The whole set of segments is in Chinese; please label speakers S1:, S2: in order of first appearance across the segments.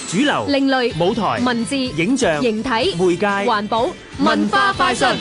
S1: 主流、
S2: 另類、
S1: 舞台、
S2: 文字、
S1: 影像、
S2: 形體、
S1: 媒介、
S2: 環保、文化快訊。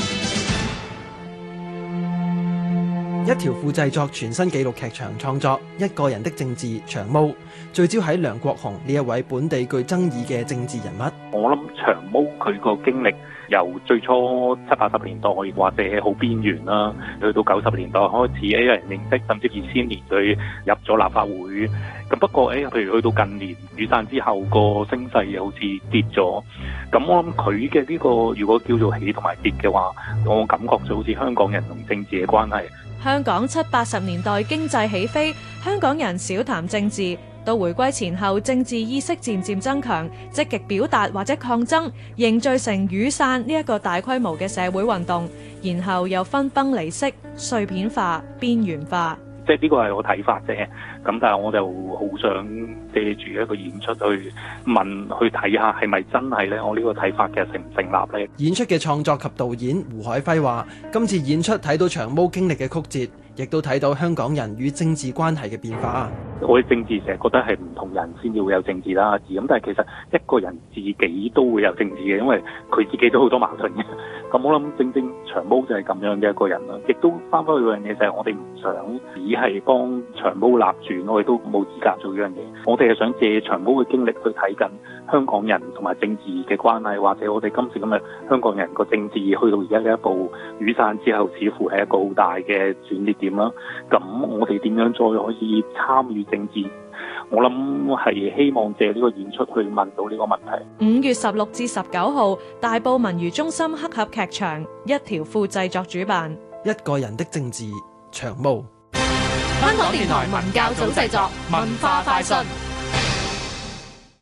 S3: 一條褲製作全新紀錄劇場創作《一個人的政治長毛》，聚焦喺梁國雄呢一位本地具爭議嘅政治人物。
S4: 我諗長毛佢個經歷由最初70-80年代或者好邊緣啦，去到90年代開始有人認識，甚至2000年佢入咗立法會。咁不過譬如去到近年雨傘之後個聲勢又好似跌咗。咁我諗佢嘅呢個如果叫做起同埋跌嘅話，我感覺就好似香港人同政治嘅關係。
S5: 香港70-80年代經濟起飛，香港人少談政治，到回歸前後政治意識漸漸增強，積極表達或者抗爭，凝聚成雨傘呢一個大規模嘅社會運動，然後又分崩離析、碎片化、邊緣化。
S4: 即係呢個係我睇法啫，咁但係我就好想借住一個演出去睇下係咪真係呢？我呢個睇法嘅成唔成立呢？
S3: 演出嘅創作及導演胡海輝話：今次演出睇到長毛經歷嘅曲折，亦都睇到香港人與政治關係嘅變化。
S4: 我哋政治成日覺得係唔同人先至會有政治啦，咁但係其實一個人自己都會有政治嘅，因為佢自己都好多矛盾嘅。咁我諗正長毛就係咁樣嘅一個人啦，亦都翻返去嗰樣嘢就係我哋唔想只係幫長毛立傳，我哋都冇資格做呢樣嘢。我哋係想借長毛嘅經歷去睇緊香港人同埋政治嘅關係，或者我哋今時今日香港人個政治去到而家呢一步雨傘之後，似乎係一個好大嘅轉捩點啦。咁我哋點樣再可以參與政治？我諗係希望借呢個演出去問到呢個問題。
S5: 5月16至19號，大埔文娛中心黑盒劇場，一條褲製作主辦
S3: 《一個人的政治長毛》。
S2: 香港電台文教組製作，文化快訊。